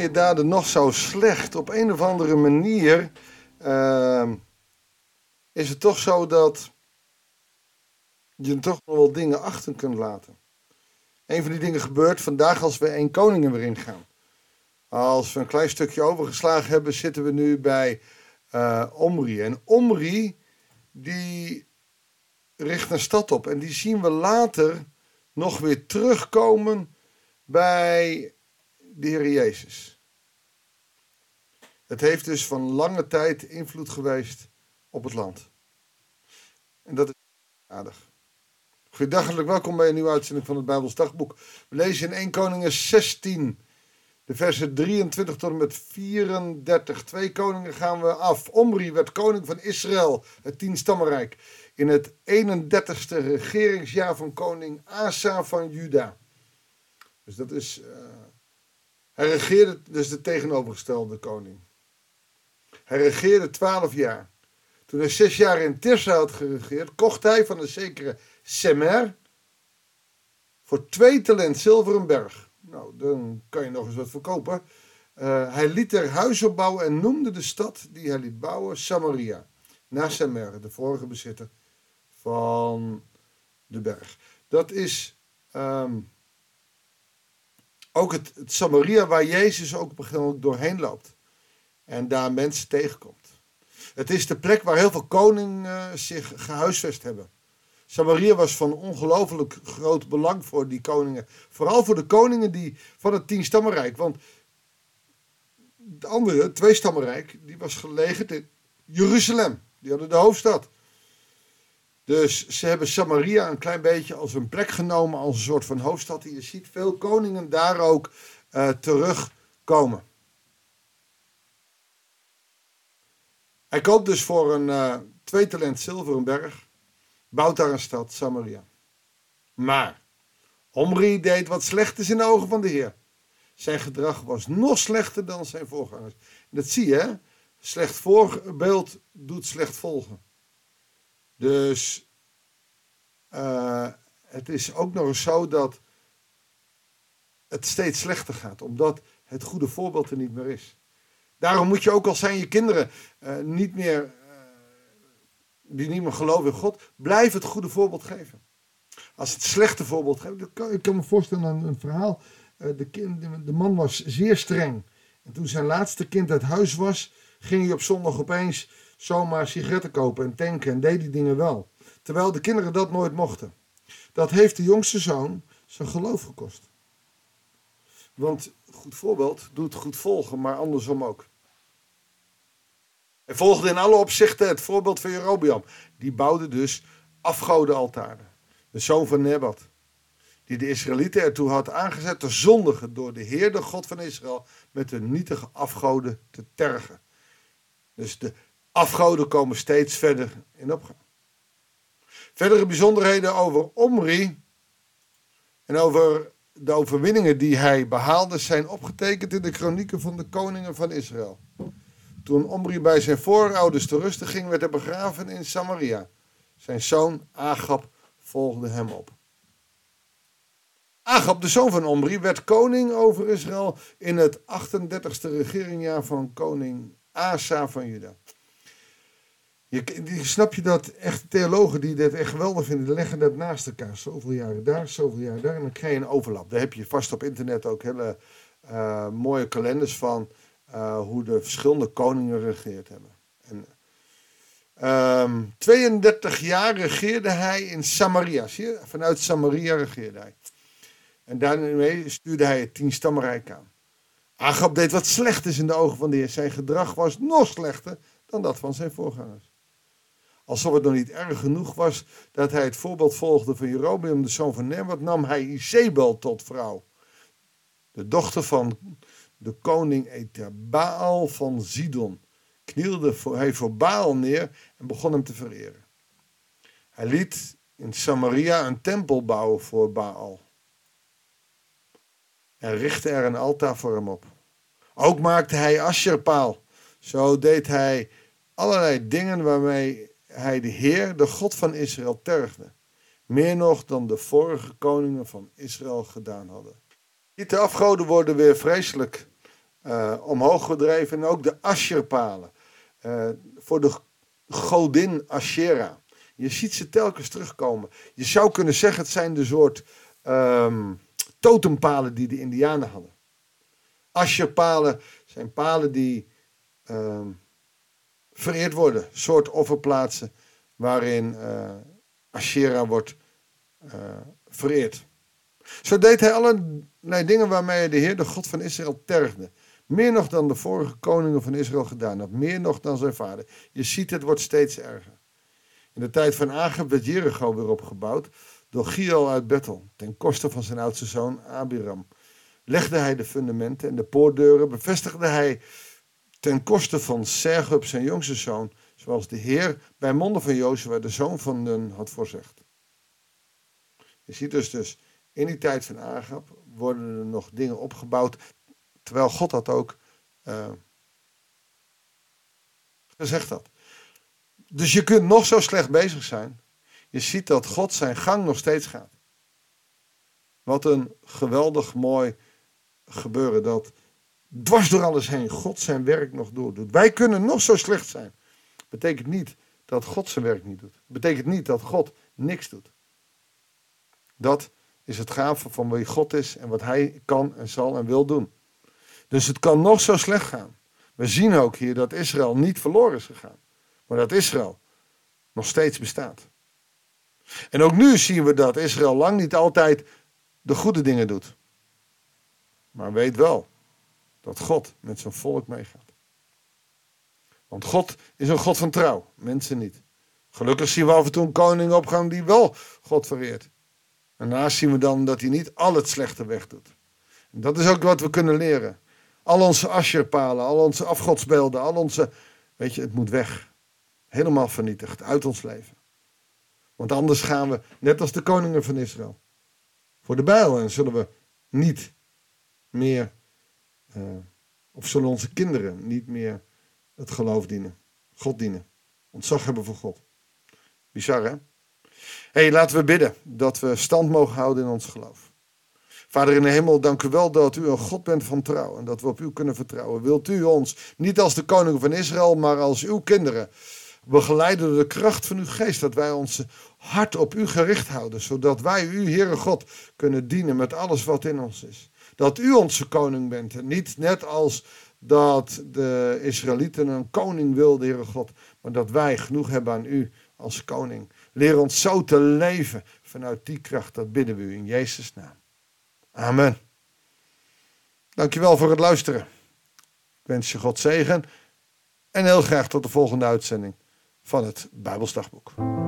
je daden nog zo slecht, op een of andere manier is het toch zo dat je toch nog wel dingen achter kunt laten. Een van die dingen gebeurt vandaag als we 1 Koningen weer ingaan. Als we een klein stukje overgeslagen hebben, zitten we nu bij Omri. En Omri, die richt een stad op. En die zien we later nog weer terugkomen bij de Heer Jezus. Het heeft dus van lange tijd invloed geweest op het land. En dat is aardig. Goedendag, hartelijk welkom bij een nieuwe uitzending van het Bijbels Dagboek. We lezen in 1 Koningen 16, de versen 23 tot en met 34. 2 koningen gaan we af. Omri werd koning van Israël, het 10-stammenrijk, in het 31ste regeringsjaar van koning Asa van Juda. Dus dat is, hij regeerde dus de tegenovergestelde koning. Hij regeerde 12 jaar. Toen hij 6 jaar in Tirsa had geregeerd, kocht hij van een zekere Semer voor 2 talent zilver een berg. Nou, dan kan je nog eens wat verkopen. Hij liet er huizen bouwen en noemde de stad die hij liet bouwen Samaria. Na Semer, de vorige bezitter van de berg. Dat is ook het Samaria waar Jezus ook doorheen loopt. En daar mensen tegenkomt. Het is de plek waar heel veel koningen zich gehuisvest hebben. Samaria was van ongelooflijk groot belang voor die koningen. Vooral voor de koningen van het 10-stammenrijk. Want het andere, het 2-stammenrijk, die was gelegen in Jeruzalem. Die hadden de hoofdstad. Dus ze hebben Samaria een klein beetje als een plek genomen, als een soort van hoofdstad. En je ziet veel koningen daar ook terugkomen. Hij koopt dus voor een 2 talent zilver een berg. Bouwt daar een stad, Samaria. Maar Omri deed wat slecht is in de ogen van de Heer. Zijn gedrag was nog slechter dan zijn voorgangers. En dat zie je, hè? Slecht voorbeeld doet slecht volgen. Dus het is ook nog eens zo dat het steeds slechter gaat. Omdat het goede voorbeeld er niet meer is. Daarom moet je ook al zijn je kinderen die niet meer geloven in God, blijf het goede voorbeeld geven. Als het slechte voorbeeld geeft, ik kan me voorstellen aan een verhaal. De man was zeer streng. En toen zijn laatste kind uit huis was, ging hij op zondag opeens zomaar sigaretten kopen en tanken en deed die dingen wel. Terwijl de kinderen dat nooit mochten. Dat heeft de jongste zoon zijn geloof gekost. Want goed voorbeeld doet goed volgen, maar andersom ook. Hij volgde in alle opzichten het voorbeeld van Jerobeam. Die bouwde dus afgodenaltaren. De zoon van Nebat. Die de Israëlieten ertoe had aangezet te zondigen door de Heer, de God van Israël, met de nietige afgoden te tergen. Dus de afgoden komen steeds verder in opgang. Verdere bijzonderheden over Omri en over de overwinningen die hij behaalde zijn opgetekend in de kronieken van de koningen van Israël. Toen Omri bij zijn voorouders te rusten ging, werd hij begraven in Samaria. Zijn zoon Agab volgde hem op. Agab, de zoon van Omri, werd koning over Israël in het 38ste regeringjaar van koning Asa van Juda. Snap je dat echte theologen die dit echt geweldig vinden, leggen dat naast elkaar. Zoveel jaren daar, zoveel jaren daar. En dan krijg je een overlap. Daar heb je vast op internet ook hele mooie kalenders van hoe de verschillende koningen geregeerd hebben. En 32 jaar regeerde hij in Samaria. Zie je? Vanuit Samaria regeerde hij. En daarmee stuurde hij het 10-stammenrijk aan. Agab deed wat slecht is in de ogen van de Heer. Zijn gedrag was nog slechter dan dat van zijn voorgangers. Alsof het nog niet erg genoeg was dat hij het voorbeeld volgde van Jerobeam, de zoon van Nebat, nam hij Izebel tot vrouw. De dochter van de koning Etherbaal van Zidon. Knielde hij voor Baal neer en begon hem te vereren. Hij liet in Samaria een tempel bouwen voor Baal. En richtte er een altaar voor hem op. Ook maakte hij Asherpaal. Zo deed hij allerlei dingen waarmee hij de Heer, de God van Israël, tergde. Meer nog dan de vorige koningen van Israël gedaan hadden. De afgoden worden weer vreselijk omhoog gedreven. En ook de Asherpalen. Voor de godin Ashera. Je ziet ze telkens terugkomen. Je zou kunnen zeggen, het zijn de soort totempalen die de Indianen hadden. Asherpalen zijn palen die vereerd worden. Soort offerplaatsen waarin Ashera wordt vereerd. Zo deed hij allerlei dingen waarmee hij de Heer, de God van Israël, tergde. Meer nog dan de vorige koningen van Israël gedaan had. Meer nog dan zijn vader. Je ziet, het wordt steeds erger. In de tijd van Agab werd Jericho weer opgebouwd door Giel uit Bethel. Ten koste van zijn oudste zoon Abiram. Legde hij de fundamenten en de poortdeuren. Bevestigde hij ten koste van Sergub zijn jongste zoon. Zoals de Heer bij monden van Jozua, de zoon van Nun, had voorzegd. Je ziet dus in die tijd van Agab worden er nog dingen opgebouwd. Terwijl God dat ook gezegd had. Dus je kunt nog zo slecht bezig zijn. Je ziet dat God zijn gang nog steeds gaat. Wat een geweldig mooi gebeuren. Dat dwars door alles heen God zijn werk nog doordoet. Wij kunnen nog zo slecht zijn. Betekent niet dat God zijn werk niet doet. Betekent niet dat God niks doet. Dat is het gave van wie God is en wat hij kan en zal en wil doen. Dus het kan nog zo slecht gaan. We zien ook hier dat Israël niet verloren is gegaan. Maar dat Israël nog steeds bestaat. En ook nu zien we dat Israël lang niet altijd de goede dingen doet. Maar weet wel dat God met zijn volk meegaat. Want God is een God van trouw, mensen niet. Gelukkig zien we af en toe een koning opgaan die wel God vereert. En daarnaast zien we dan dat hij niet al het slechte wegdoet. En dat is ook wat we kunnen leren. Al onze Asherpalen, al onze afgodsbeelden, al onze... Weet je, het moet weg. Helemaal vernietigd uit ons leven. Want anders gaan we, net als de koningen van Israël, voor de bijl en zullen we niet meer, of zullen onze kinderen niet meer het geloof dienen. God dienen. Ontzag hebben voor God. Bizar, hè? Hey, laten we bidden dat we stand mogen houden in ons geloof. Vader in de hemel, dank u wel dat u een God bent van trouw en dat we op u kunnen vertrouwen. Wilt u ons, niet als de koning van Israël, maar als uw kinderen, begeleiden door de kracht van uw geest, dat wij ons hart op u gericht houden, zodat wij u, Heere God, kunnen dienen met alles wat in ons is. Dat u onze koning bent en niet net als dat de Israëlieten een koning wilden, Heere God, maar dat wij genoeg hebben aan u als koning. Leer ons zo te leven vanuit die kracht, dat bidden we u in Jezus' naam. Amen. Dankjewel voor het luisteren. Ik wens je God zegen en heel graag tot de volgende uitzending van het Bijbelsdagboek.